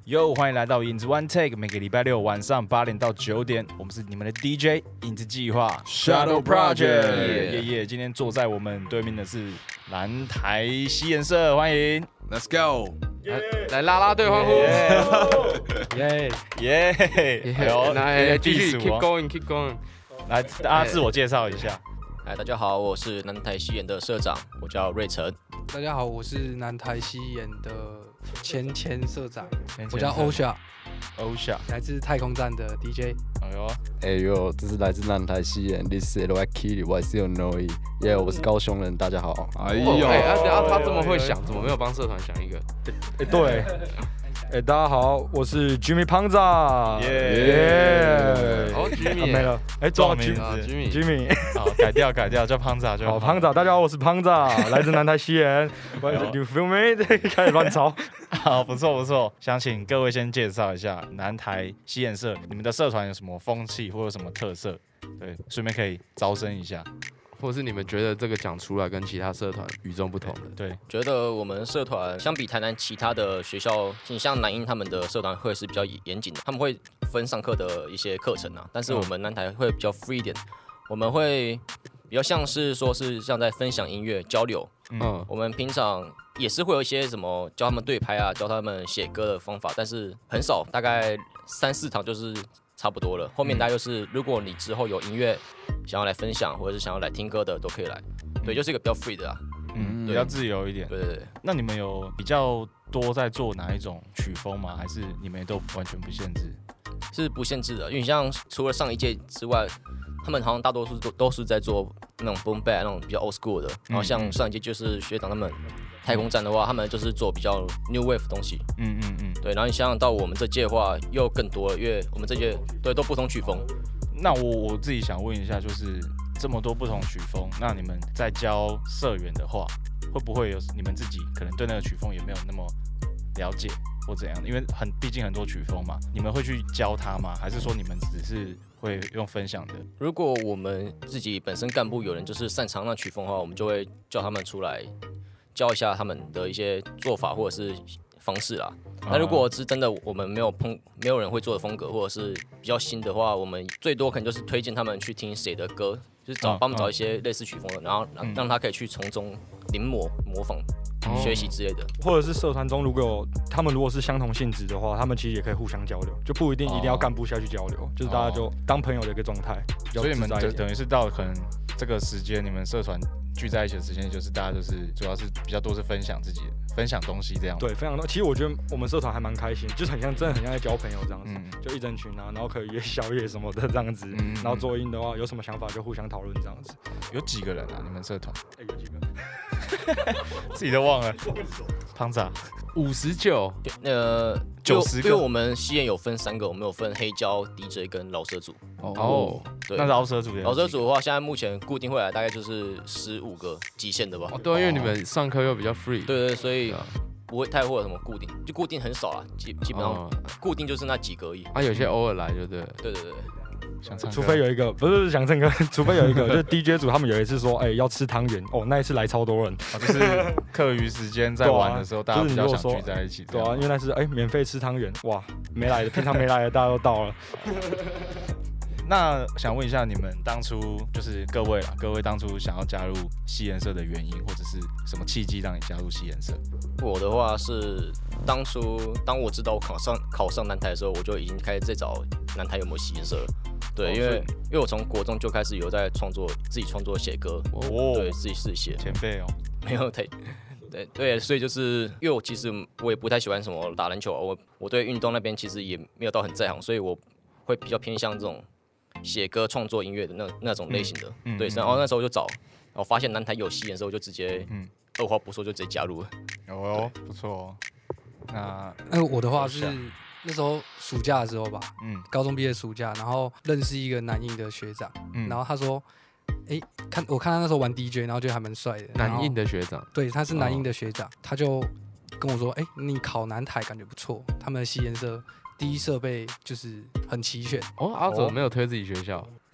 哟，欢迎来到影子 One Take， 每个礼拜六晚上8点到9点，我们是你们的 DJ 影子计划 Shadow Project。今天坐在我们对面的是南台西颜社，欢迎 ，Let's go， 来啦啦队欢呼，来继续 keep going。 来，大家自我介绍一下。 大家好，我是南台西研的社长，我叫瑞成。 大家好，我是南台西研的前社长，我叫欧夏，来自太空站的 DJ。 哎呦，这是来自南台西研 ，This is Lucky， 我是 Noi， 我是高雄人，大家好。 哎呦，他这么会想，怎么没有帮社团想一个？ 对。大家好，我是 Jimmy 胖子， 好 Jimmy 没了， 多少名字 Jimmy， 好，改掉，叫胖子就好。 胖子，大家好，我是胖子，来自南台西研。You feel me？ 开始乱抄。 好，不错。想请各位先介绍一下南台西研社，你们的社团有什么风气或有什么特色？对，顺便可以招生一下。 或是你们觉得这个讲出来跟其他社团与众不同的？ 对， 觉得我们社团相比台南其他的学校，像南英他们的社团会是比较严谨的，他们会分上课的一些课程啊，但是我们南台会比较 free 一点，我们会比较像是说是像在分享音乐交流。我们平常也是会有一些什么教他们对拍啊，教他们写歌的方法，但是很少，大概3-4堂就是差不多了。后面大概就是，如果你之后有音乐想要来分享，或者是想要来听歌的，都可以来。对，就是一个比较 free 的啦。 比较自由一点。 对。那你们有比较多在做哪一种曲风吗？还是你们都完全不限制？ 是不限制的，因为像除了上一届之外，他们好像大多数都是在做那种 boom bap 那种比较 old school 的。然后像上一届就是学长他们太空站的话，他们就是做比较 new wave 的东西。对，然后你想想到我们这届的话又更多了，因为我们这届对都不同曲风。 那我自己想问一下，就是这么多不同曲风，那你们在教社员的话，会不会有你们自己可能对那个曲风也没有那么了解或怎样？因为毕竟很多曲风嘛，你们会去教他吗？还是说你们只是会用分享的？ 如果我们自己本身干部有人就是擅长那曲风的话，我们就会叫他们出来教一下他们的一些做法或者是方式啦。那如果是真的我们没有人会做的风格，或者是比较新的话，我们最多可能就是推荐他们去听谁的歌，就是帮他们找一些类似曲风的，然后让他可以去从中临摹、模仿、学习之类的。 或者是社团中他们如果是相同性质的话，他们其实也可以互相交流，就不一定要干部下去交流，就是大家就当朋友的一个状态。 所以你们等于是到可能这个时间，你们社团聚在一起的时间，就是大家就是主要是比较多是分享自己的。分享东西这样， 对，分享东西。其实我觉得我们社团还蛮开心，就是真的很像在交朋友这样子，就一整群啊，然后可以约宵夜什么的这样子，然后做音的话有什么想法就互相讨论这样子。 有几个人啊？你们社团？ 有几个？ 自己都忘了。胖子 59， 90个。 因为我们西研有分3个，我们有分黑胶 DJ 跟饶舌组。对， 那饶舌组的话，现在目前固定会来大概就是15个极限的吧。 对，因为你们上课又比较 free。 对，所以不会太会有什么固定，就固定很少啦，基本上固定就是那几个而已。 有些偶尔来就对。 对。 除非有一个不是想唱歌，除非有一个就是 DJ 组，他们有一次说，要吃汤圆，那一次来超多人， 就是课余时间在玩的时候，大家比较想聚在一起。 对啊，因为那是免费吃汤圆，哇，没来的，平常没来的大家都到了。 那想问一下，你们当初就是各位当初想要加入西研社的原因，或者是什么契机让你加入西研社？ 我的话是当我知道我考上南台的时候，我就已经开始在找南台有没有西研社了。对，因为我从国中就开始有在自己创作写歌，对，自己写。 前辈哦， 没有太。对，所以就是因为我其实我也不太喜欢什么打篮球啊，我对运动那边其实也没有到很在行，所以我会比较偏向这种写歌、创作音乐的那种类型的。对，然后那时候就找，然后发现南台有西研社，我就直接二话不说就直接加入了。 不错。那我的话是那时候暑假的时候吧，高中毕业暑假，然后认识一个南印的学长，然后他说，我看他那时候玩 DJ， 然后觉得还蛮帅的。 南印的学长， 对，他是南印的学长，他就跟我说，你考南台感觉不错，他们的西研社第一设备就是很齐全。 阿哲没有推自己学校，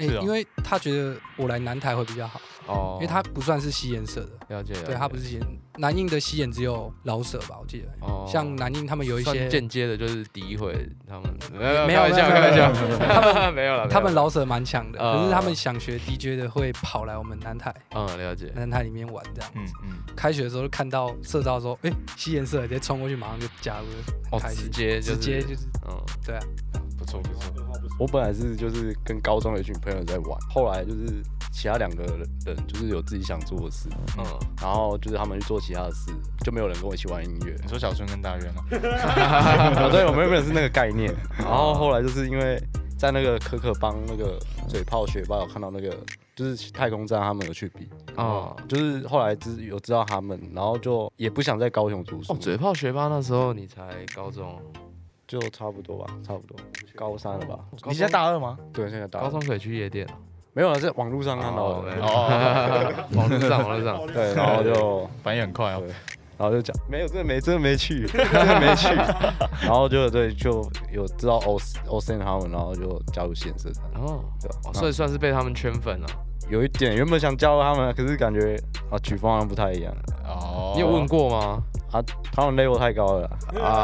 因为他觉得我来南台会比较好。因为他不算是西研社的， 了解。 对，他不是西研，南印的西研只有老舍吧，我记得。像南印他们有一些间接的，就是诋毁他们。 没有，开玩笑，他们没有了。 他们老舍蛮强的，可是他们想学 DJ 的会跑来我们南台， 了解。 南台里面玩这样子。开学的时候就看到社招说，西研社直接冲过去，马上就加入了， 直接就是， 对啊。 不错。 我本来是就是跟高中的一群朋友在玩，后来就是其他2个人就是有自己想做的事，然后就是他们去做其他的事，就没有人跟我一起玩音乐。 你说小春跟大渊吗？ 对，我们原本是那个概念，然后后来就是因为在那个可可帮那个嘴炮学霸有看到那个就是太空站他们有去比就是后来有知道他们，然后就也不想在高雄读书。 嘴炮学霸那时候你才高中。 就差不多吧，高3了吧？ 你现在大2吗？ 对，现在大2。 高中可以去夜店没有，在网络上看到的。 网络上。 对，然后就反应很快对，然后就讲没有，真的没去，然后就有知道 Osen 他们，然后就加入西研社团。 所以算是被他们圈粉了。 有一点，原本想加入他们，可是感觉曲风好像不太一样。 你有问过吗？ 他们 level 太高了。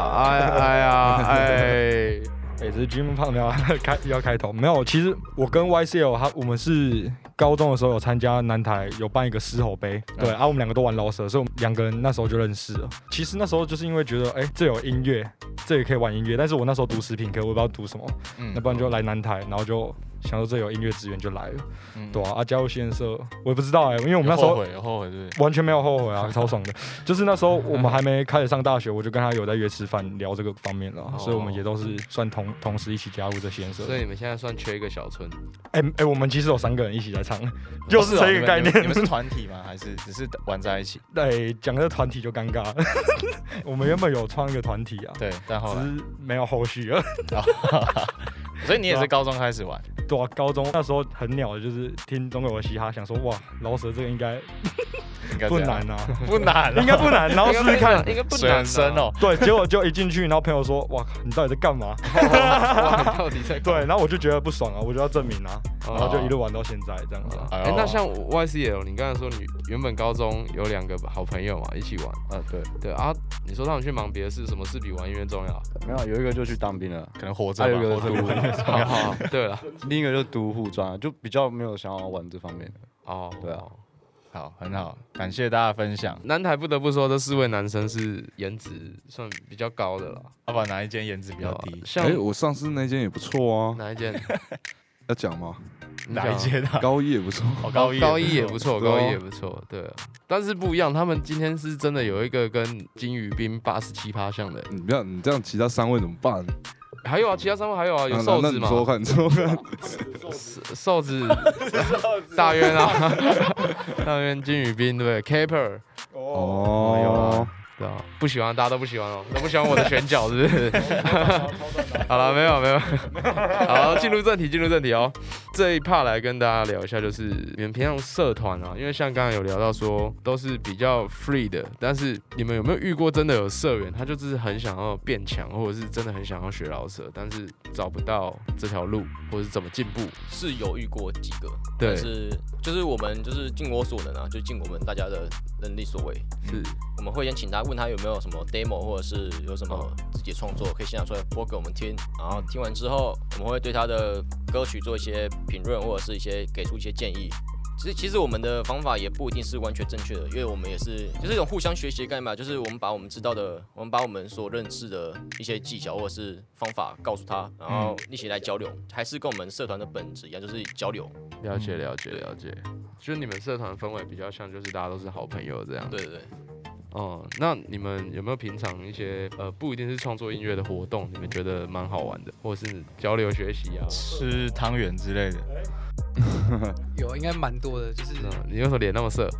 只是 Jim 胖要开头没有。其实我跟 YCL 我们是高中的时候有参加南台有办一个狮吼杯，对我们2个都玩老舍，所以我们2个人那时候就认识了。其实那时候就是因为觉得这有音乐，这也可以玩音乐，但是我那时候读食品科，我不知道读什么，那不然就来南台，然后就想说这有音乐资源就来了，对啊，加入西研社我也不知道因为我们那时候后悔对， 完全没有后悔超爽的。就是那时候我们还没开始上大学，我就跟他有在约吃饭聊这个方面了，所以我们也都是算同时一起加入这西研社。 所以你们现在算缺一个小春。 我们其实有3个人一起在唱，就是这个概念。 你们是团体吗？还是只是玩在一起？ 对，讲这团体就尴尬了。我们原本有创一个团体啊， 对，但后来只是没有后续了。 所以你也是高中开始玩？ 对啊，高中那时候很鸟的，就是听中国的嘻哈，想说哇，老舍这个应该不难啊， 不难， 应该不难，然后试试看， 应该不难， 水很深哦。 对，结果就一进去，然后朋友说哇，你到底在干嘛？ 到底在对，然后我就觉得不爽啊，我就要证明啊，然后就一路玩到现在这样子。 那像 YCL， 你刚才说你原本高中有2个好朋友嘛，一起玩，对啊，你说他们去忙别的事，什么事比玩音乐重要？ 没有，有一个就去当兵了， 可能活着， 还有一个读对了， 另一个就读护专，就比较没有想要玩这方面的。对啊。 好，很好，感谢大家分享。 南台不得不说，这4位男生是颜值算比较高的了。 要不然哪一间颜值比较低？ 我上次那间也不错啊。 哪一间？ 要讲吗？ 哪一间啊？ 高一也不错。 高一也不错，高一也不错。对，但是不一样，他们今天是真的有一个跟金宇彬87%像的。 你这样，其他3位怎么办？ 还有啊，其他3位还有啊，有瘦子嘛？ 你说看， 瘦子，大渊啊，大渊金宇彬对 ，Caper， 有啊，对啊，不喜欢，大家都不喜欢哦，都不喜欢我的选角是不是？好了，没有，好，进入正题哦。这一 part 来跟大家聊一下，就是你们平常社团啊，因为像刚才有聊到说都是比较 free 的，但是你们有没有遇过真的有社员，他就是很想要变强，或者是真的很想要学老舍，但是找不到这条路，或者是怎么进步？ 是有遇过几个， 对， 但是就是我们就是尽我所能啊，就尽我们大家的能力所为。 是， 我们会先请他问他有没有什么 demo， 或者是有什么自己的创作可以现场出来播给我们听，然后听完之后，我们会对他的歌曲做一些评论，或者是给出一些建议。其实我们的方法也不一定是完全正确的，因为我们也是就是一种互相学习的概念，就是我们把我们知道的，我们把我们所认识的一些技巧或者是方法告诉他，然后一起来交流，还是跟我们社团的本质一样，就是交流。 了解。就是你们社团氛围比较像，就是大家都是好朋友这样。 对。 那你们有没有平常一些不一定是创作音乐的活动，你们觉得蛮好玩的，或者是交流学习啊， 吃汤圆之类的？ 有，应该蛮多的，就是你为什么脸那么色？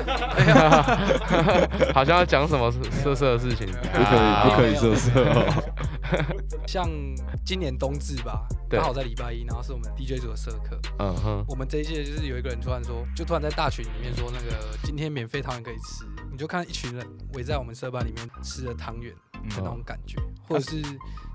好像要讲什么色的事情， 不可以色哦。 像今年冬至吧，刚好在礼拜一，然后是我们 DJ 组的社课。我们这一届就是有一个人突然在大群里面说，那个今天免费汤圆可以吃，你就看一群人围在我们社班里面吃了汤圆的那种感觉，或者是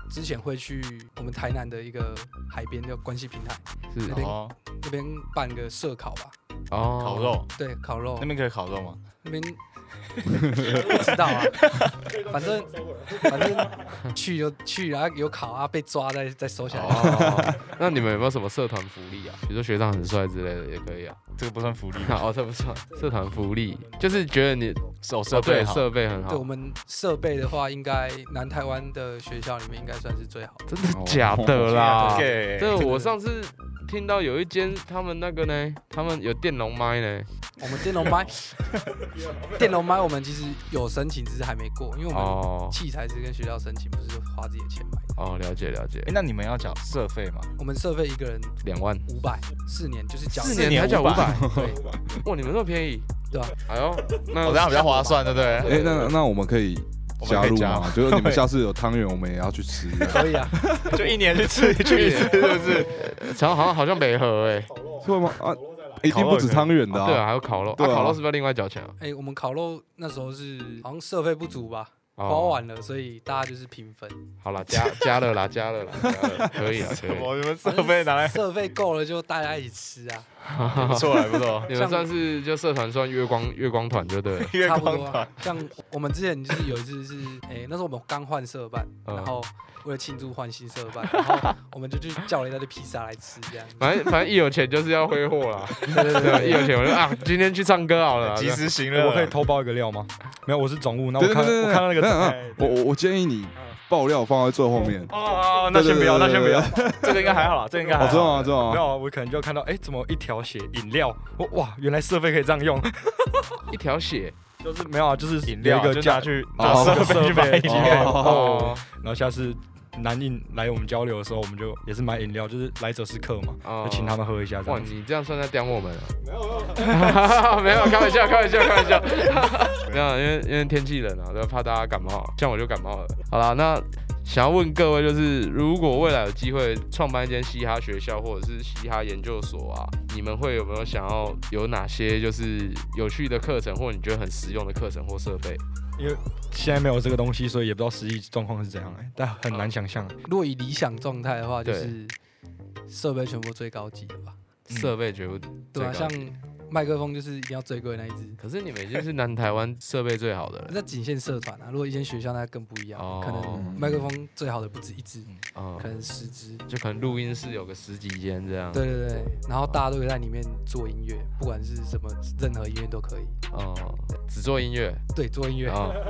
之前会去我们台南的一个海边叫关系平台， 是那边办个社烤吧。 哦， 烤肉， 对，烤肉。 那边可以烤肉吗？ 那边不知道啊，反正去就去，然后有考啊，被抓再收下来。 哦，那你们有没有什么社团福利啊？比如说学长很帅之类的也可以啊。 这个不算福利。 哦，这不算社团福利，就是觉得你设备好， 设备很好。 对，我们设备的话，应该南台湾的学校里面应该算是最好的。 真的假的啦？ 对， 我上次听到有一间他们那个呢，他们有电容麦呢。 我们电容麦我们其实有申请，只是还没过，因为我们器材是跟学校申请，不是花自己的钱买的。 哦，了解。 那你们要缴社费吗？ 我们社费一个人 2万 ，500，4年就是缴 4年才缴500。 对， 哇，你们那么便宜， 对吧？ 哎呦， 那这样比较划算，对不对？ 那我们可以加入吗？就是你们下次有汤圆，我们也要去吃。 可以啊， 就1年去吃一次，是不是？ 好像没合哎， 会吗？啊，一定不止汤圆的啊。 对啊，还有烤肉。烤肉是不是要另外缴钱啊？ 我们烤肉那时候是好像社费不足吧。包完了，所以大家就是平分。 好了，加了啦，可以了。 你们社费拿来， 社费够了就大家一起吃啊。 不错。 你们算是就社团算月光团就对了。 差不多。像我们之前就是有一次是，那时候我们刚换社办，然后为了庆祝换新社办，然后我们就去叫了一大堆披萨来吃，这样。 反正一有钱就是要挥霍啦。对，一有钱我就今天去唱歌好了， 及时行乐。 我可以偷爆一个料吗？没有，我是总务。那我看到那个， 我建议你爆料放在最后面。 哦，那先不要， 这个应该还好啦，这个应该还好。 知道吗？ 没有，我可能就看到，怎么一条血饮料？哇，原来设备可以这样用。 一条血就是没有啊，就是饮料有一个加去设备去买饮料。 然后下次南印来我们交流的时候，我们就也是买饮料，就是来者是客嘛，就请他们喝一下。 哇，你这样算在刁我们了？没有，开玩笑。没有，因为天气冷啊，都怕大家感冒，像我就感冒了。好啦，那想要问各位，就是如果未来有机会创办一间嘻哈学校或者是嘻哈研究所啊，你们会有没有想要有哪些就是有趣的课程，或者你觉得很实用的课程或设备？ 因为现在没有这个东西，所以也不知道实际状况是怎样，但很难想象。 如果以理想状态的话，就是设备全部最高级的吧。 设备全部对啊，像麦克风就是一定要最贵的那一支。 可是你们已经是南台湾设备最好的了。 那仅限社团啊，如果一间学校那更不一样，可能麦克风最好的不止1支，可能10支， 就可能录音室有个10几间这样。 对，然后大家都可以在里面做音乐，不管是什么任何音乐都可以。 只做音乐。 对，做音乐。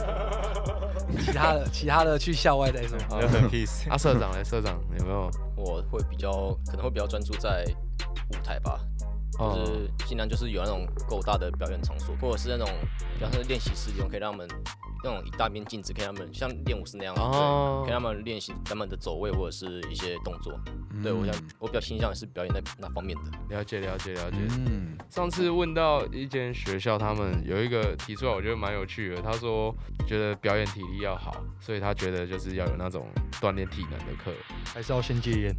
其他的去校外再说。 很 peace。 社长有没有？ 我可能会比较专注在舞台吧。就是尽量就是有那种够大的表演场所，或者是那种比方说练习室用，可以让他们那种一大面镜子，可以让他们像练舞室那样，可以让他们练习他们的走位或者是一些动作。对，我比较倾向的是表演那方面的。 了解。上次问到一间学校，他们有一个提出来，我觉得蛮有趣的。他说觉得表演体力要好，所以他觉得就是要有那种锻炼体能的课， 还是要先戒烟。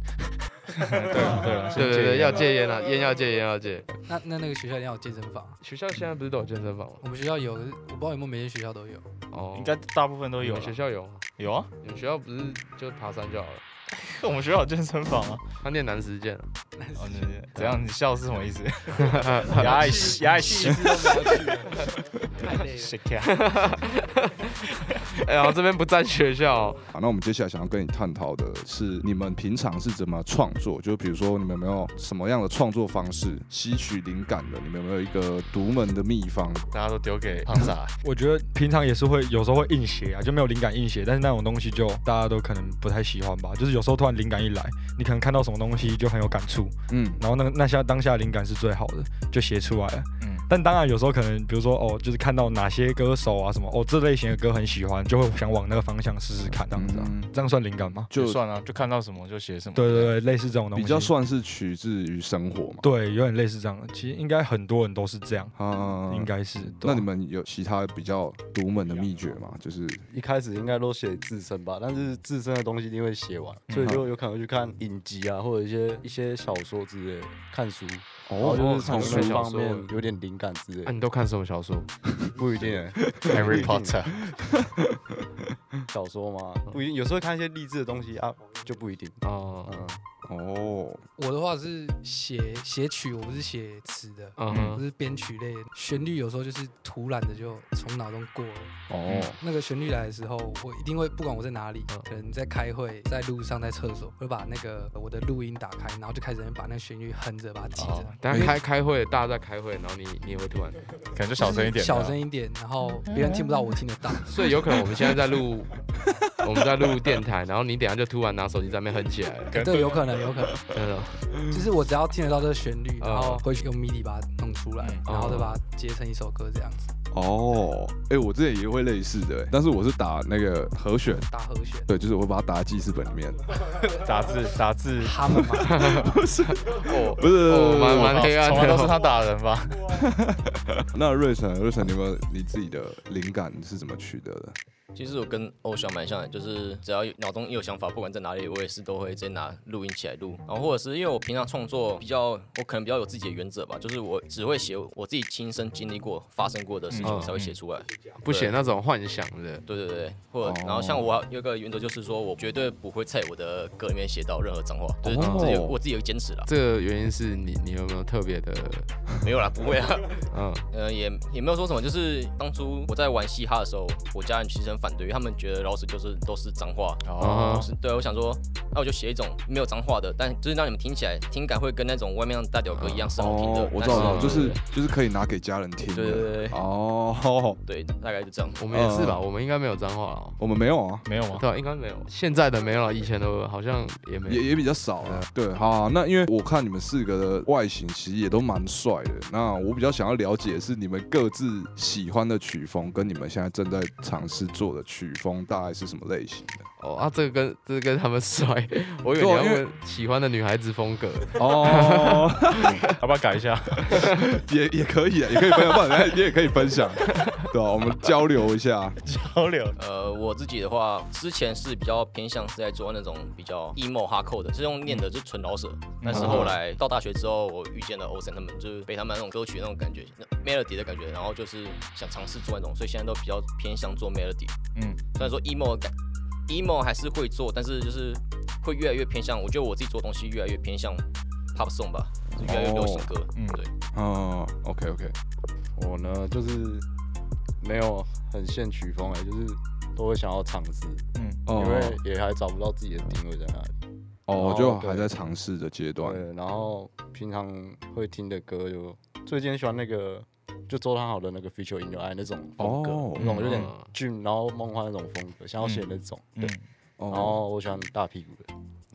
对，要戒烟啊，烟要戒。 那个学校一定要有健身房。 学校现在不是都有健身房吗？ 我们学校有，我不知道有没有每间学校都有。 应该大部分都有。 你们学校有吗？ 有啊， 你们学校不是就爬山就好了？ 我们学校有健身房啊。 他念南实践。 怎样？你笑是什么意思？压抑。 太累了。 然后这边不占学校。 好，那我们接下来想要跟你探讨的是，你们平常是怎么创作？就比如说，你们有没有什么样的创作方式吸取灵感的？你们有没有一个独门的秘方？ 大家都丢给胖仔。 我觉得平常也是会有时候会硬写啊，就没有灵感硬写，但是那种东西就大家都可能不太喜欢吧。就是有时候突然灵感一来，你可能看到什么东西就很有感触，然后当下灵感是最好的，就写出来了。但当然有时候可能，比如说就是看到哪些歌手啊什么这类型的歌很喜欢，就会想往那个方向试试看，这样子啊。这样算灵感吗？ 就算啊，就看到什么就写什么。 对，类似这种东西。 比较算是取自于生活嘛。 对，有点类似这样的。其实应该很多人都是这样，应该是。 那你们有其他比较独门的秘诀吗？就是一开始应该都写自身吧，但是自身的东西一定会写完，所以就有可能会去看影集啊，或者一些小说之类的，看书。然后就是从那方面有点灵灵感之类的。你都看什么小说？ 不一定 ，Harry Potter 小说吗？不一定，有时候看一些励志的东西啊，就不一定。 我的话是写曲，我不是写词的，我是编曲类的。旋律有时候就是突然的就从脑中过了。那个旋律来的时候，我一定会不管我在哪里，可能在开会、在路上、在厕所，我就把那个我的录音打开，然后就开始把那个旋律哼着，把它记着。 但开会，大家在开会，然后你也会突然， 可能就小声一点， 小声一点，然后别人听不到，我听得到。 所以有可能我们现在在录，我们在录电台，然后你等一下就突然拿手机在那边哼起来了。 对，有可能。就是我只要听得到这个旋律，然后会用 MIDI 把它弄出来，然后再把它接成一首歌这样子。 我之前也会类似的，但是我是打那个和弦， 打和弦。 对，就是我会把它打在记事本里面， 打字。 他们吗？ 不是， 蛮黑暗的， 从来都是他打人吧？ 那瑞成，你自己的灵感是怎么取得的？ 其实我跟欧翔蛮像的，就是只要脑中一有想法，不管在哪里，我也是都会直接拿录音起来录。然后或者是因为我平常创作我可能比较有自己的原则吧，就是我只会写我自己亲身经历过、发生过的事情才会写出来， 不写那种幻想的。 对，或者然后像我有一个原则，就是说我绝对不会在我的歌里面写到任何脏话，就是我自己有坚持啦。 这个原因是你有没有特别的？ 没有啦，不会啊。也没有说什么，就是当初我在玩嘻哈的时候，我家人其实很反对，他们觉得饶舌都是脏话。对，我想说，那我就写一种没有脏话的，但就是让你们听起来听感会跟那种外面的大屌歌一样是好听的。 我知道，就是可以拿给家人听的。 对。对，大概就这样。 我们也是吧，我们应该没有脏话啊。 我们没有啊， 没有吗？ 对，应该没有。现在的没有了，以前的好像也没有， 也比较少了。对，好，那因为我看你们4个的外形其实也都蛮帅的，那我比较想要了解的是你们各自喜欢的曲风，跟你们现在正在尝试做的曲风大概是什么类型的？ 这个跟他们帅，我以为你要问喜欢的女孩子风格。 要不要改一下？ 也可以啊，也可以分享，不然你也可以分享，对吧？我们交流一下。 我自己的话，之前是比较偏向是在做那种比较 emo hardcore 的，是用念的，就是纯饶舌。但是后来到大学之后，我遇见了欧森他们，就是被他们那种歌曲那种感觉 ，melody 的感觉，然后就是想尝试做那种，所以现在都比较偏向做 melody。虽然说 emo 还是会做，但是就是会越来越偏向，我觉得我自己做东西越来越偏向 pop song 吧，越来越流行歌。对。 OK。 我呢就是没有很限曲风就是都会想要尝试，因为也还找不到自己的定位在哪里。 就还在尝试的阶段。 对，然后平常会听的歌就最近喜欢那个。就周汤豪的那个 Feature In Your Eye 那种风格，那种有点俊，然后梦幻那种风格，想要写那种。对，然后我喜欢大屁股的。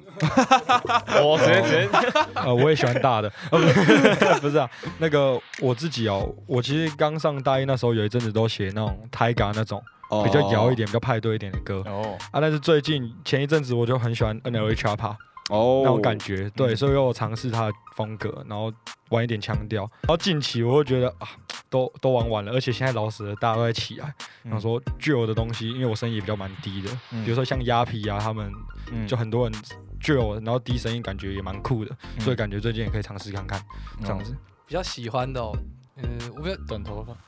直接我也喜欢大的。不是啊，那个我自己我其实刚上大一那时候有一阵子都写那种Taiga那种比较摇一点、比较派对一点的歌。但是最近前一阵子我就很喜欢 NLE Choppa。那种感觉，对，所以我尝试他的风格，然后玩一点腔调。然后近期我会觉得都玩完了，而且现在饶舌大家都在起来，想说drill的东西，因为我声音也比较蛮低的，比如说像鸭皮啊，他们就很多人drill，然后低声音感觉也蛮酷的，所以感觉最近也可以尝试看看这样子。 比较喜欢的我比较短头发。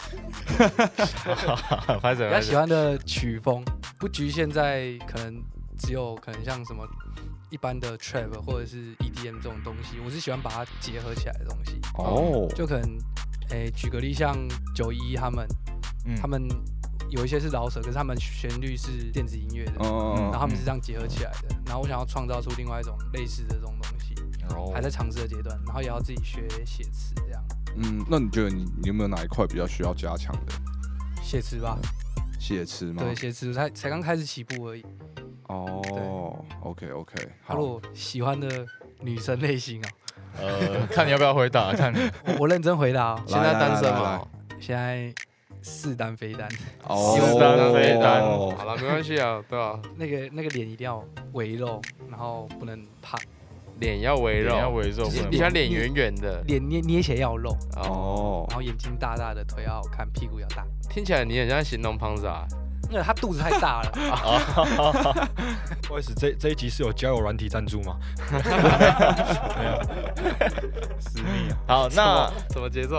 比较喜欢的曲风不局限在可能像什么。一般的 trap 或者是 EDM 这种东西，我是喜欢把它结合起来的东西。就可能，举个例，像911他们有一些是饶舌，可是他们旋律是电子音乐的，然后他们是这样结合起来的。然后我想要创造出另外一种类似的这种东西，还在尝试的阶段，然后也要自己学写词这样。 那你觉得你有没有哪一块比较需要加强的？ 写词吧。 写词吗？ 对，写词才刚开始起步而已。 OK， 好。如果喜欢的女生类型看你要不要回答，看你。 我认真回答现在单身吗？ 现在是单非单。 是单非单。 好了，没关系啊，对啊。 那个脸一定要微肉，然后不能胖。 脸要微肉，你想脸圆圆的， 脸捏起来要肉。然后眼睛大大的，腿要好看，屁股要大。 听起来你很像形容胖子啊。 因为他肚子太大了。 不好意思，这一集是有交友软体赞助吗？ 没有，私密。好，那什么节奏？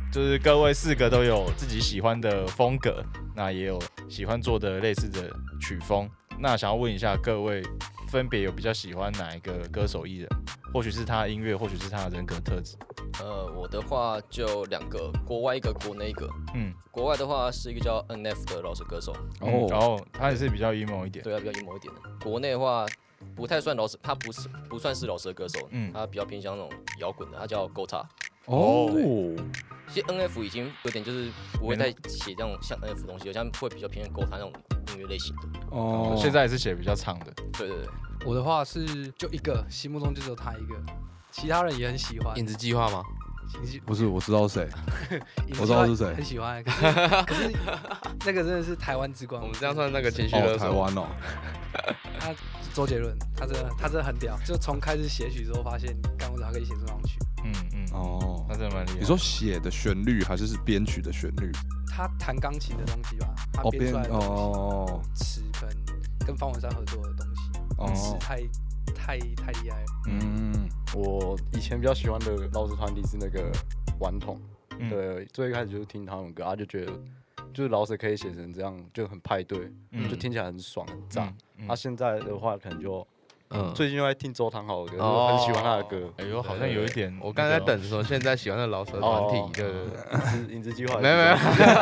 就是各位4个都有自己喜欢的风格，那也有喜欢做的类似的曲风。那想要问一下各位，分别有比较喜欢哪一个歌手艺人？或许是他的音乐，或许是他的人格特质。 我的话就2个，国外一个，国内一个。国外的话是一个叫 NF 的饶舌歌手。 然后他也是比较 emo 一点。 对，他比较 emo 一点的。国内的话不太算饶舌，他不算是饶舌歌手，他比较偏向那种摇滚的，他叫 Gota。其实 NF 已经有点就是不会再写这种像 NF 的东西，好像会比较偏向 Gota 那种音乐类型的。 现在也是写比较长的。 对。 我的话是就一个，心目中就只有他一个，其他人也很喜欢。 影子计划吗？ 不是，我知道谁，我知道是谁， 很喜欢。可是那个真的是台湾之光。 我们这样算那个情绪勒索。 台湾哦。 他周杰伦，他真的很屌。就从开始写曲之后，发现干我咋可以写这种曲？ 那真的蛮厉害。 你说写的旋律还是编曲的旋律？ 他弹钢琴的东西吧，他编出来的东西，词跟方文山合作的东西，词太厉害了。 我以前比较喜欢的饶舌团体是那个顽童，对，最一开始就是听他们歌，就觉得就是饶舌可以写成这样，就很派对，就听起来很爽很炸。现在的话可能就。最近又在听周汤豪的歌，我很喜欢他的歌。 哎呦，好像有一点。 我刚才在等说现在喜欢的饶舌团体，对， 影子计划。 没有，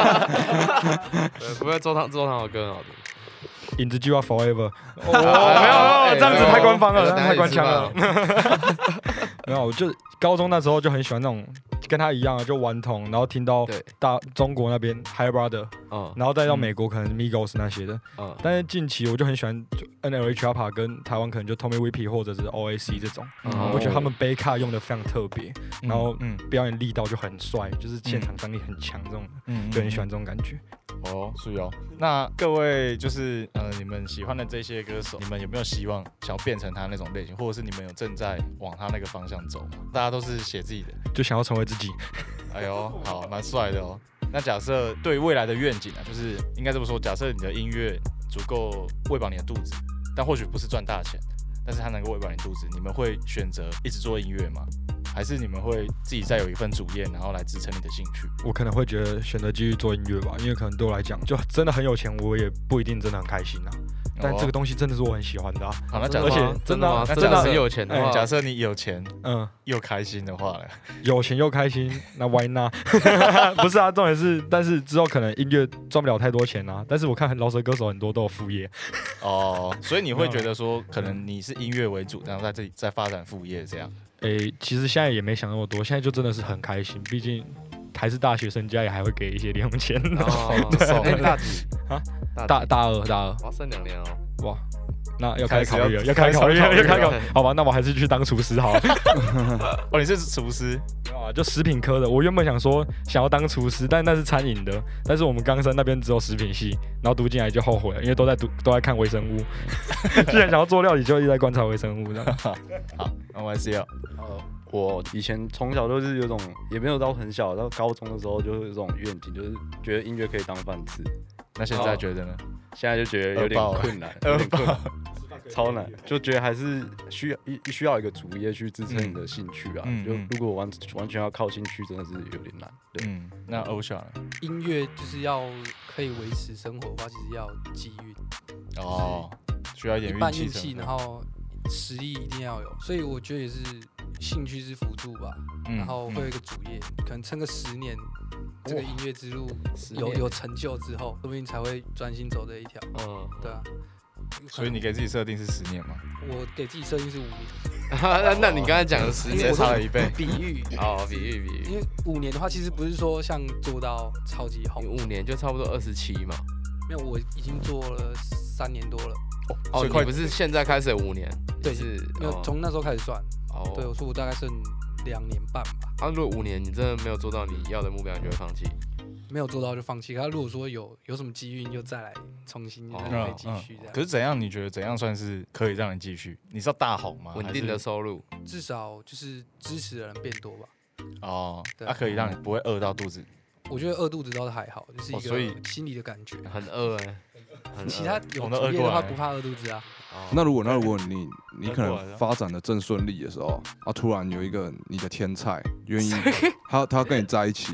不会周汤豪歌很好听。 影子计划 Forever。没有，这样子太官方了，太官腔了。没有，就高中那时候就很喜欢那种跟他一样就顽童，然后听到中国那边 High Brother，然后再到美国可能 Migos 那些的，但是近期我就很喜欢就 NLE Choppa 跟台湾可能就 Tommy Wiseau 或者是 OAC 这种，我觉得他们杯卡用的非常特别，然后表演力道就很帅，就是现场张力很强这种，就很喜欢这种感觉。 是哦。那各位就是你们喜欢的这些歌手，你们有没有希望想要变成他那种类型，或者是你们有正在往他那个方向走吗？大家都是写自己的， 就想要成为自己。 哎呦，好，蛮帅的哦。那假设对未来的愿景啊，就是应该这么说，假设你的音乐足够喂饱你的肚子，但或许不是赚大钱，但是它能够喂饱你肚子，你们会选择一直做音乐吗？还是你们会自己再有一份主业，然后来支撑你的兴趣？ 我可能会觉得选择继续做音乐吧，因为可能对我来讲，就真的很有钱，我也不一定真的很开心啊。但这个东西真的是我很喜欢的啊。 好，那而且真的真的是有钱的话， 假设你有钱，又开心的话呢？ 有钱又开心，那 why not？ 不是啊，重点是，但是之后可能音乐赚不了太多钱啊。但是我看饶舌歌手很多都有副业。 所以你会觉得说，可能你是音乐为主，然后在这里再发展副业这样？ 其实现在也没想那么多，现在就真的是很开心，毕竟还是大学生，家里还会给一些零用钱。 大几啊？ 大二。 哇，剩2年哦。 哇，那要开始考虑了，要开始考虑。好吧，那我还是去当厨师好了。 你是厨师？ 没有啊，就食品科的。我原本想说想要当厨师，但那是餐饮的。但是我们冈山那边只有食品系，然后读进来就后悔了，因为都在看微生物。既然想要做料理，就一直在观察微生物这样。 好，那我还是要。 我以前从小都是有种，也没有到很小，到高中的时候就有这种愿景，就是觉得音乐可以当饭吃。 那现在觉得呢？ 现在就觉得有点困难，超难，就觉得还是需要一个主业去支撑你的兴趣啊。就如果完全要靠兴趣，真的是有点难。对， 那欧夏呢？ 音乐就是要可以维持生活的话，其实要机运。 需要一点一半运气，然后实力一定要有。所以我觉得也是兴趣是辅助吧。然后会有一个主业，可能撑个10年。这个音乐之路有成就之后，说不定才会专心走这一条。对啊。 所以你给自己设定是10年吗？ 我给自己设定是5年。 那你刚才讲的10年差了1倍。 比喻。 比喻。 因为5年的话，其实不是说像做到超级红。 5年就差不多27嘛。 没有，我已经做了3年多了。 你不是现在开始5年？ 对，是没有从那时候开始算。对，我说我大概剩2年半吧。 如果5年你真的没有做到你要的目标，你就会放弃？ 没有做到就放弃。他如果说有什么机遇，就再来重新再继续这样。 可是怎样？你觉得怎样算是可以让人继续？你是要大红吗？ 稳定的收入， 至少就是支持的人变多吧。 那可以让你不会饿到肚子。 我觉得饿肚子倒是还好，就是一个心理的感觉。 很饿其他有主业的话不怕饿肚子啊。 那如果你可能发展的正顺利的时候，突然有一个你的天才愿意他跟你在一起，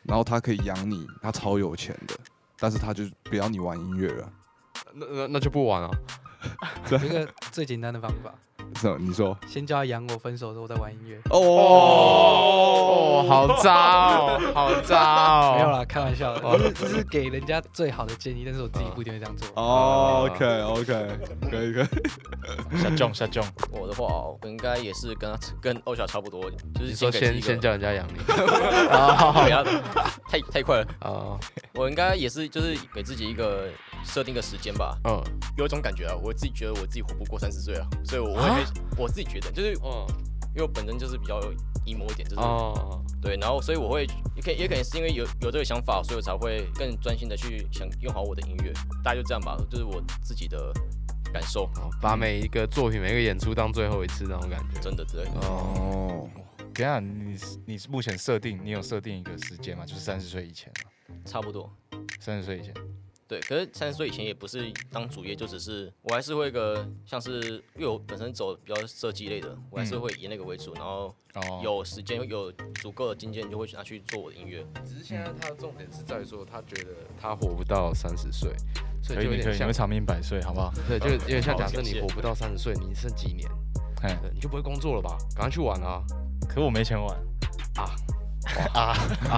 然后他可以养你，他超有钱的，但是他就不要你玩音乐了。 那就不玩了。 有一个最简单的方法， 是吗？你说？ 先叫他养我，分手之后再玩音乐。 哦，好渣哦，好渣哦。 没有啦，开玩笑的，这是给人家最好的建议，但是我自己不一定会这样做。 哦 ，OK， 可以。 下重。 我的话，我应该也是跟欧小差不多，就是你说先叫人家养你， 不要太快了啊！ 我应该也是就是给自己一个设定个时间吧。有一种感觉啊，我自己觉得我自己活不过30岁啊，所以我自己觉得就是，因为我本身就是比较emo一点，就是对，然后所以我会也可能是因为有这个想法，所以我才会更专心的去想用好我的音乐，大概就这样吧，就是我自己的感受， 把每一个作品、每一个演出当最后一次那种感觉， 真的对。 等一下，你目前你有设定一个时间吗？就是30岁以前差不多。 30岁以前。 对，可是30岁以前也不是当主业，就只是我还是会像是因为我本身走比较设计类的，我还是会以那个为主，然后有时间有足够的金钱就会拿去做我的音乐。 只是现在他的重点是在说，他觉得他活不到30岁，所以就有点像你会长命百岁，好不好？ 对，就有点像假设你活不到30岁，你剩几年，你就不会工作了吧？赶快去玩啊！ 可我没钱玩啊！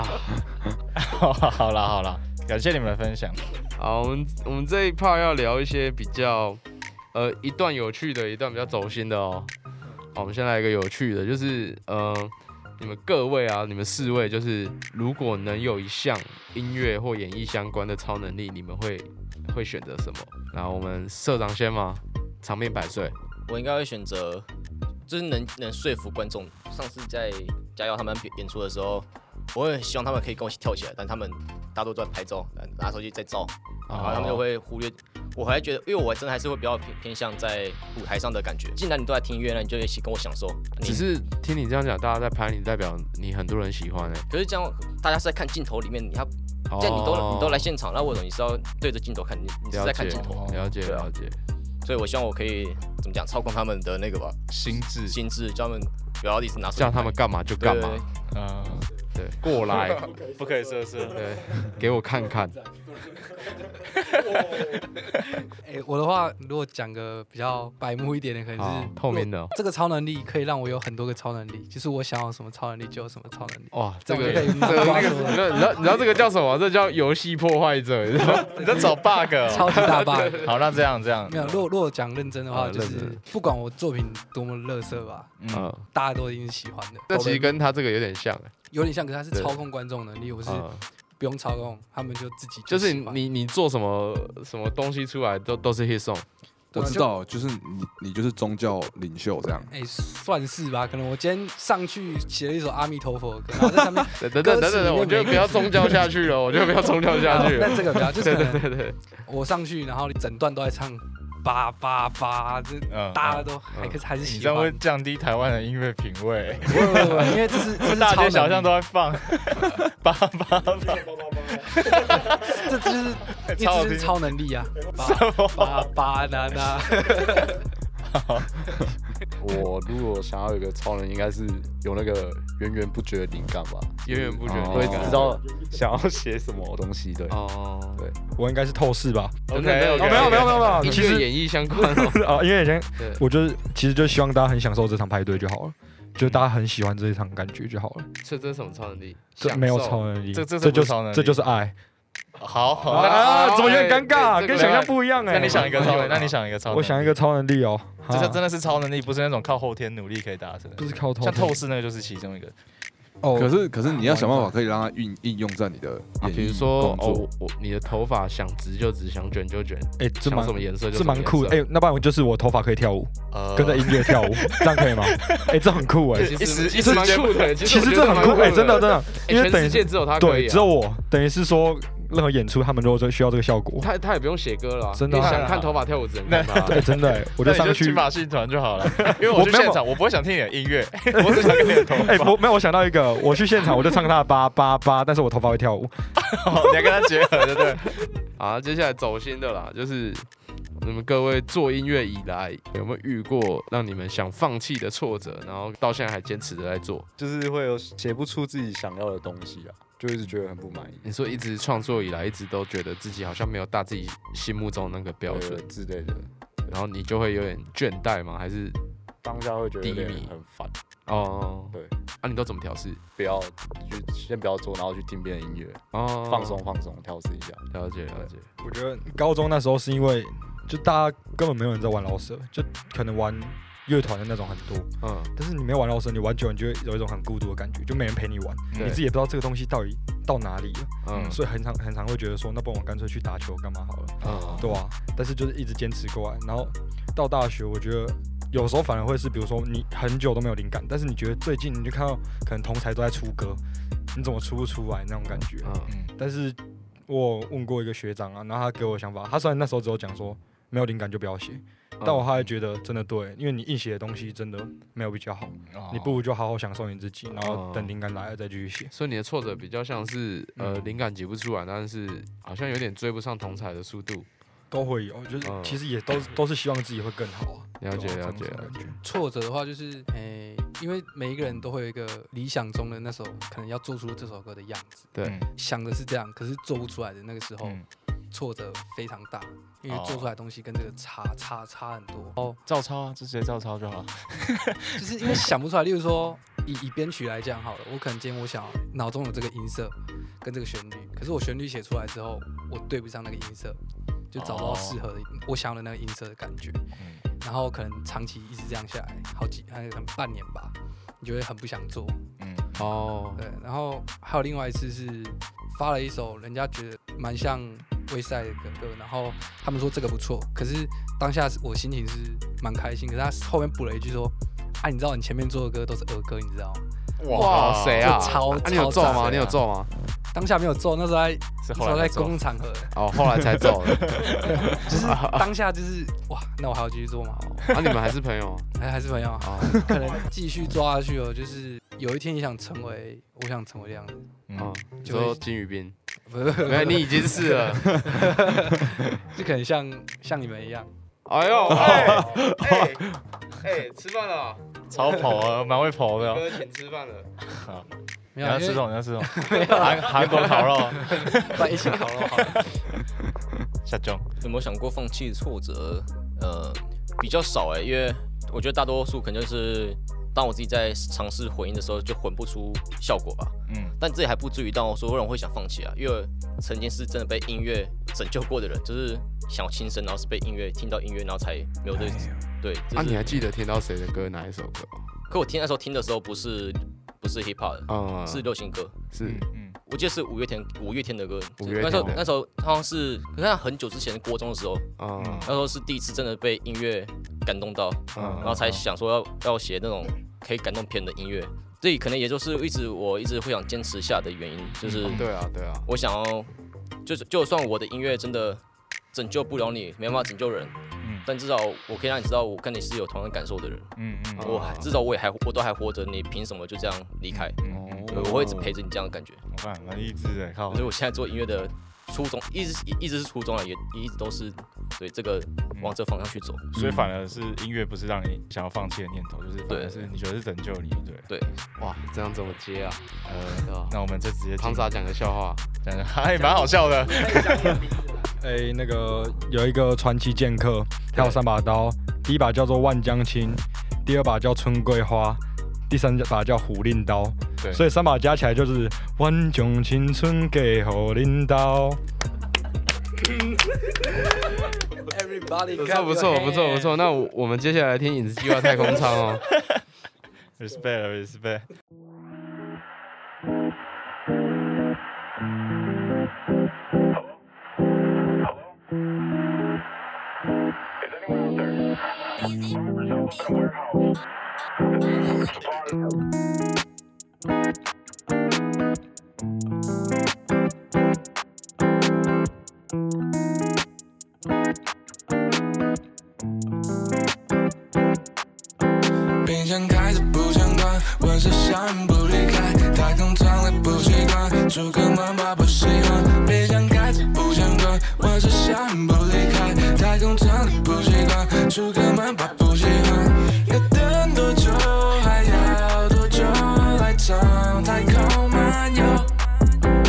好啦，感谢你们的分享。 好，我们这一 part 要聊一些比较一段有趣的，一段比较走心的哦。好，我们先来一个有趣的，就是你们各位啊，你们4位，就是如果能有一项音乐或演艺相关的超能力，你们会选择什么？然后我们社长先吗？长命百岁。 我应该会选择，就是能说服观众。上次在嘉耀他们演出的时候，我会很希望他们可以跟我一起跳起来，但他们大多都在拍照，拿手机在照，然后他们就会忽略。我还觉得，因为我真的还是会比较偏向在舞台上的感觉。既然你都在听音乐，那你就一起跟我享受。 只是听你这样讲，大家在拍你，代表你很多人喜欢可是这样，大家是在看镜头里面，这样你都来现场，那为什么你是要对着镜头看？你是在看镜头。 了解。 所以我希望我可以怎么讲，操控他们的那个吧，心智，叫他们不要一直拿手机， 叫他们干嘛就干嘛。对，过来， 不可以色色。 对，给我看看。 我的话，如果讲个比较白目一点的，可能是透明的。 这个超能力可以让我有很多个超能力，就是我想要什么超能力就有什么超能力。 哇， 这个你知道这个叫什么？这叫游戏破坏者，你知道？ 你在找 bug， 超级大 bug。 好，那这样没有。如果讲认真的话，就是不管我作品多么垃圾吧，大家都一定是喜欢的。 这其实跟他这个有点像， 可是他是操控观众能力，我是不用操控，他们就自己就是你做什么东西出来都是 hit song。 我知道，就是你就是宗教领袖这样。 算是吧。可能我今天上去写了一首阿弥陀佛的歌，然后在上面等，我觉得不要宗教下去了， 那这个不要，就是对，我上去，然后整段都在唱。叭，这大家都还是喜欢。 你这样会降低台湾的音乐品味。 不，因为这是大街小巷都在放。叭， 这就是超能力啊！叭啦。 我如果想要有个超能，应该是有那个源源不绝的灵感吧。 源源不绝， 会知道想要写什么东西。对，对， 我应该是透视吧。 OK， 没有， 其实演艺相关因为以前我其实就希望大家很享受这场派对就好了，就大家很喜欢这一场感觉就好了。 这是什么超能力？ 这没有超能力， 这就是爱。 好， 怎么有点尴尬？跟想象不一样那你想一个超能力， 我想一个超能力哦。 这个真的是超能力，不是那种靠后天努力可以达成的。 不是靠像透视那个就是其中一个。 可是你要想办法可以让它应用在你的比如说你的头发想直就直，想卷就卷，想什么颜色就什么颜色。 这蛮酷的。那不然就是我头发可以跳舞，跟着音乐跳舞，这样可以吗？这很酷其实蛮酷的。 其实这很酷真的，因为全世界只有他可以。 对，只有我，等于是说。任何演出，他们如果需要这个效果， 他也不用写歌了， 真的。 你想看头发跳舞，只能看他。 对，真的，我就上去金马戏团就好了。因为我去现场，我不会想听你的音乐，我只想跟你的头发。 没有，我想到一个，我去现场我就唱他的叭叭叭，但是我头发会跳舞。 你要跟他结合，对不对？ 好，接下来走心的啦，就是你们各位做音乐以来，有没有遇过让你们想放弃的挫折，然后到现在还坚持着在做？ 就是会有写不出自己想要的东西啊。 就一直觉得很不满意。 你说一直创作以来，一直都觉得自己好像没有达自己心目中那个标准之类的， 然后你就会有点倦怠吗？还是当下会觉得有点很烦？哦，对。 啊，你都怎么调试？ 就先不要做，然后去听别人音乐，放松，调试一下。 了解。 我觉得高中那时候是因为就大家根本没有人在玩饶舌，就可能玩乐团的那种很多，但是你没玩饶舌，你玩久了你就会有一种很孤独的感觉，就没人陪你玩，你自己也不知道这个东西到底到哪里了，所以很常会觉得说，那不然我干脆去打球干嘛好了，对啊，但是就是一直坚持过来，然后到大学，我觉得有时候反而会是，比如说你很久都没有灵感，但是你觉得最近你就看到可能同才都在出歌，你怎么出不出来那种感觉，但是我问过一个学长啊，然后他给我的想法，他虽然那时候只有讲说没有灵感就不要写。但我还觉得真的对，因为你硬写的东西真的没有比较好，你不如就好好享受你自己，然后等灵感来了再继续写。 所以你的挫折比较像是灵感挤不出来，但是好像有点追不上同才的速度， 都会有，就是其实也都是希望自己会更好啊。 了解。 挫折的话就是因为每一个人都会有一个理想中的那首可能要做出这首歌的样子， 对， 想的是这样，可是做不出来的那个时候。挫折非常大，因为做出来的东西跟这个差很多。 照抄啊，就直接照抄就好。 就是因为想不出来，例如说以编曲来讲好了，我可能今天我想脑中有这个音色跟这个旋律，可是我旋律写出来之后，我对不上那个音色，就找不到适合的我想要的那个音色的感觉。然后可能长期一直这样下来，可能半年吧，你就会很不想做。对，然后还有另外一次是发了一首人家觉得蛮像威赛的歌，然后他们说这个不错，可是当下我心情是蛮开心，可是他后面补了一句说，你知道你前面做的歌都是儿歌，你知道吗？ 哇，谁啊？你有奏吗？ 当下没有奏，那时候在公共场合。 后来才奏的。 就是当下就是哇，那我还要继续做吗？ 你们还是朋友？ 还是朋友啊？可能继续抓下去哦，就是有一天我想成为的样子。 就说金宇彬， 没有，你已经是了。 就可能像你们一样。 哎呦，吃饭了， 超跑啊，蛮会跑的。 哥请吃饭了。 你要吃什么？韩国烤肉， 不然一起烤肉好了。 下中有没有想过放弃的挫折？比较少因为我觉得大多数可能就是当我自己在尝试混音的时候，就混不出效果吧。但这也还不至于到所有人会想放弃啊，因为曾经是真的被音乐拯救过的人，就是想要轻生，然后是被音乐听到音乐，然后才没有对。 你还记得听到谁的歌，哪一首歌？ 可我那时候听的时候不是 hip hop 的，是流行歌，我记得是五月天的歌。那时候好像是，可是很久之前国中的时候，那时候是第一次真的被音乐感动到，然后才想说要写那种可以感动别人的音乐。这可能也就是我一直会想坚持下的原因，就是对啊， 我想要就算我的音乐真的拯救不了你，没办法拯救人，但至少我可以让你知道我跟你是有同样感受的人，至少我都还活着，你凭什么就这样离开？我会一直陪着你这样的感觉。 我看蛮励志的，靠！ 所以我现在做音乐的初衷一直是初衷也一直都是对这个往这方向去走。 所以反而是音乐不是让你想要放弃的念头，就是反而是你觉得是拯救你，对。 哇，这样怎么接啊？ 那我们就直接汤莎讲个笑话， 还蛮好笑的。 那个有一个传奇剑客，他有3把刀，第一把叫做万江青，第2把叫春桂花，第3把叫虎令刀。所以3把加起来就是万将青春给虎令刀。 不错。那我们接下来听影子计划太空舱哦。 respect。 冰箱开着不相关，温室效应不离开，太空舱里不习惯，主客满把不喜欢。冰箱开着不相关，温室效应不离开，太空舱里不习惯，主客满把不喜欢。要等多久，还要多久来场太空漫游？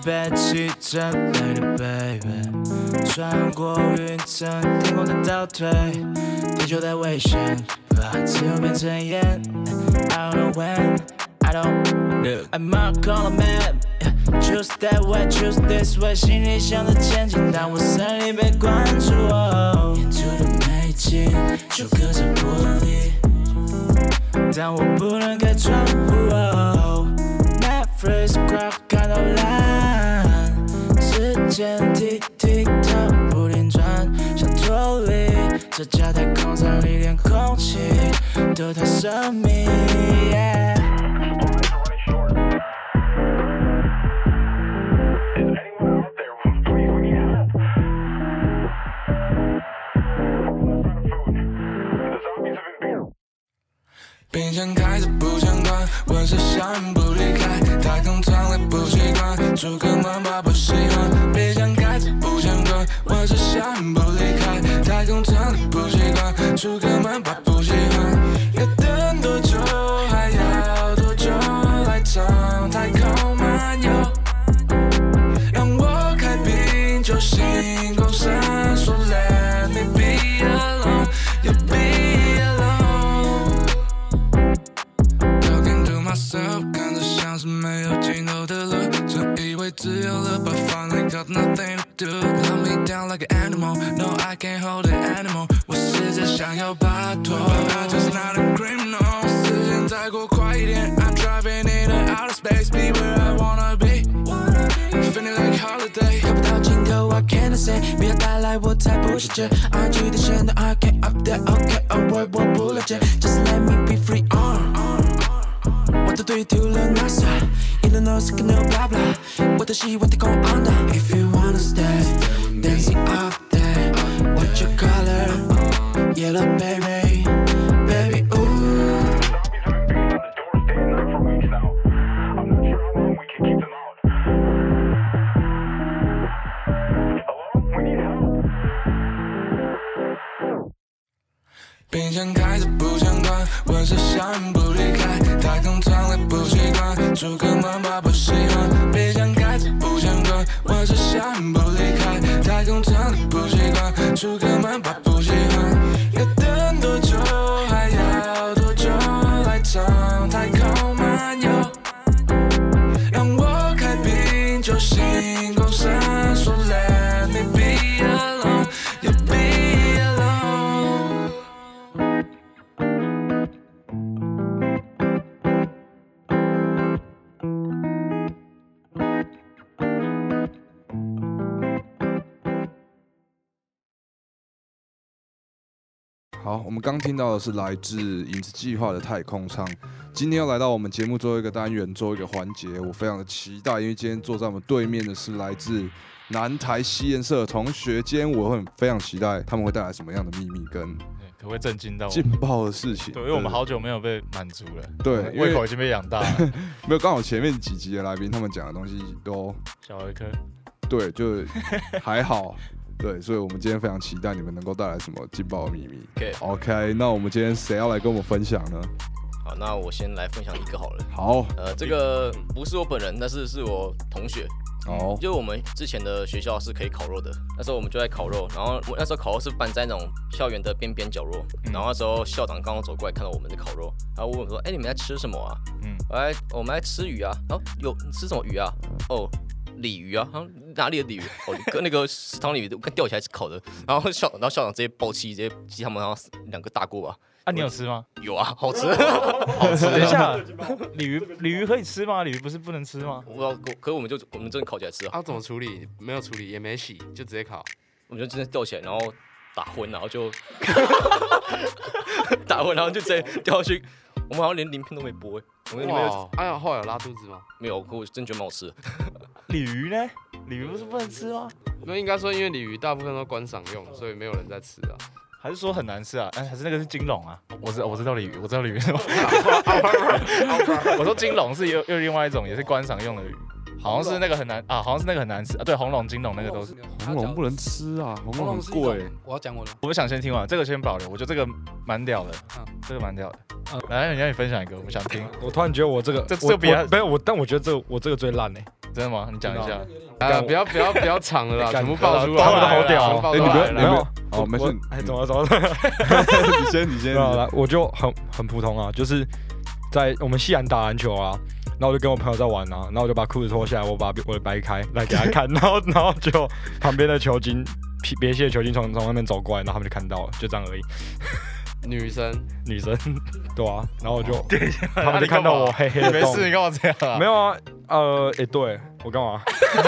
被气震累的 baby， 穿过云层，天空在倒退，地球在危险，把自由变成烟。I don't know when, I don't. I'm not calling man, choose that way, choose this way， 心里想着前进，但我身体被关住。沿途的美景就隔着玻璃，但我不能开窗户。Netflix 快看到烂，时间 tick tick tock 不停转，想脱离这家太空舱里，连空气都太神秘。Yeah. 冰箱开着不想关，温室效应不离开，太空舱里不习惯，主客门把不喜欢。冰箱开着不想关，温室效应不离开，太空舱里不习惯，主客门把不喜欢。要等多久？还要多久来场太空漫游？让我开瓶酒，星光闪烁 ，Let me be alone, you be alone。Myself 看着像是没有尽头的路，真以为自由了 ，But finally got nothing to do. Love me down like an animal, no I can't hold it anymore. 我试着想要摆脱 ，But I just not a criminal. 时间再过快一点 ，I'm driving in the outer space, be where I wanna be. Feeling like holiday， 看不到尽头 ，What can I say？ 不要带来我才不是这 ，RG 的线都 I can't up there, OK， 我不了解 ，Just let me be free on。我的队丢了 NASA， Illinois no blah blah， 我的喜欢天空 under。If you wanna stay, dancing up there, what your color? Yellow baby, baby ooh。冰箱开着不想关，温室效应不离开，太空舱里不习惯，主客门把不喜欢。冰箱开着不想关，温室效应不离开，太空舱里不习惯，主客门把不喜欢。要等多久？还要多久来场太空漫游？让我开瓶酒，星光闪烁 ，Let me be alone, you be alone。 好，我们刚听到的是来自影子计划的太空舱。今天要来到我们节目最后一个单元，最后一个环节，我非常的期待，因为今天坐在我们对面的是来自南台西研社的同学，今天我会非常期待他们会带来什么样的秘密跟可不可以震惊到我劲爆的事情？ 对，因为我们好久没有被满足了， 对， 胃口已经被养大了。 没有，刚好前面几集的来宾他们讲的东西都小儿科， 对，就还好。对，所以我们今天非常期待你们能够带来什么劲爆的秘密。OK， 那我们今天谁要来跟我们分享呢？ 好，那我先来分享一个好了。 好， 这个不是我本人，但是是我同学。 哦， 就我们之前的学校是可以烤肉的，那时候我们就在烤肉，然后那时候烤肉是办在那种校园的边边角落，然后那时候校长刚好走过来看到我们在烤肉，然后问我说：“哎，你们在吃什么啊？”我们在吃鱼啊。然后有你吃什么鱼啊？哦，鲤鱼啊。哪里的鲤鱼？哦，跟那个食堂里跟吊起来烤的。然后校长直接爆气，直接激他们好像2个大锅吧。 啊，你有吃吗？ 有啊，好吃， 好吃。等一下，鲤鱼可以吃吗？鲤鱼不是不能吃吗？ 可是我们真的烤起来吃啊。 啊，怎么处理？没有处理，也没洗，就直接烤。 我们就真的吊起来，然后打昏，然后就打昏，然后就直接掉下去。我们好像连鳞片都没剥哎。 哇，哎呀，后来有拉肚子吗？ 没有，可我真觉得蛮好吃的。 鲤鱼呢？鲤鱼不是不能吃吗？ 那应该说，因为鲤鱼大部分都观赏用，所以没有人在吃啊。 还是说很难吃啊？还是那个是金龙啊？我知道鲤鱼，我知道鲤鱼是吗？我说金龙是又另外一种，也是观赏用的鱼。好像是那个很难啊，好像是那个很难吃啊。对，红龙、金龙那个都是。 红龙不能吃啊，红龙很贵。 我要讲我的。 我们想先听完这个先保留，我觉得这个蛮屌的，这个蛮屌的。来，你分享一个，我们想听。 我突然觉得我这个这比没有我，但我觉得我这个最烂哎。 真的吗？你讲一下。 不要抢了啦，全部爆出来， 他们都好屌爆哎，你不要， 出来了。 你不要，哦，没事， 哎，怎么了？ 你先。 来，我就很普通啊，就是在我们西安打篮球啊，然后我就跟我朋友在玩啊，然后我就把裤子脱下来，我把我的掰开来给他看，然后就旁边的球精别系的球精从外面走过来，然后他们就看到了，就这样而已。 女生， 对啊，然后我就他们就看到我黑黑的洞。 没事，你干嘛这样啊？ 没有啊，对我干嘛？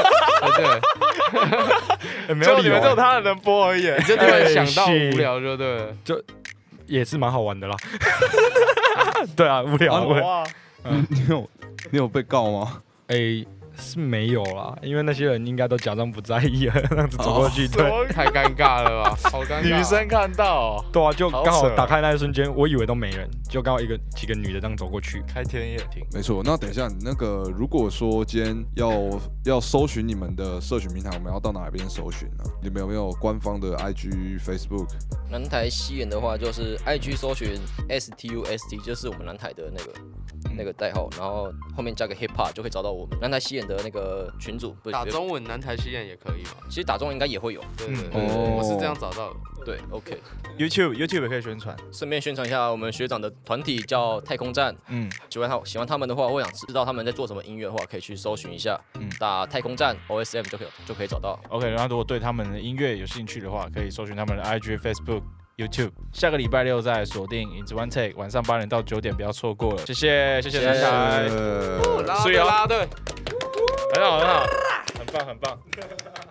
对， 没有理由， 只有他能播而已。 你就突然想到无聊就对了， 也是蛮好玩的啦。对啊，无聊。 哇， 你有被告吗？ 是没有啦，因为那些人应该都假装不在意了，这样子走过去，对， 太尴尬了吧？好尴尬。 女生看到， 对啊，就刚好打开那一瞬间，我以为都没人，就刚好几个女的这样走过去， 开天眼听。 没错，那等一下，你那个如果说今天要搜寻你们的社群平台，我们要到哪边搜寻呢？你们有没有官方的 IG、Facebook？ 南台西演的话，就是 IG 搜寻 STUST， 就是我们南台的那个代号，然后后面加个 Hip Hop 就可以找到我们南台西演的那个群组。 打中文南台西演也可以嘛？ 其实打中文应该也会有。 对，我是这样找到的。 对 ，OK。 YouTube 也可以宣传， 顺便宣传一下我们学长的团体叫太空站。喜欢他们的话，或想知道他们在做什么音乐的话，可以去搜寻一下，打太空站 OSM 就可以找到。 OK， 然后如果对他们的音乐有兴趣的话，可以搜寻他们的 IG、Facebook、YouTube。下个礼拜6再锁定影子 One Take， 晚上8点到9点，不要错过了。谢谢南台， 啦队， 很好，很棒。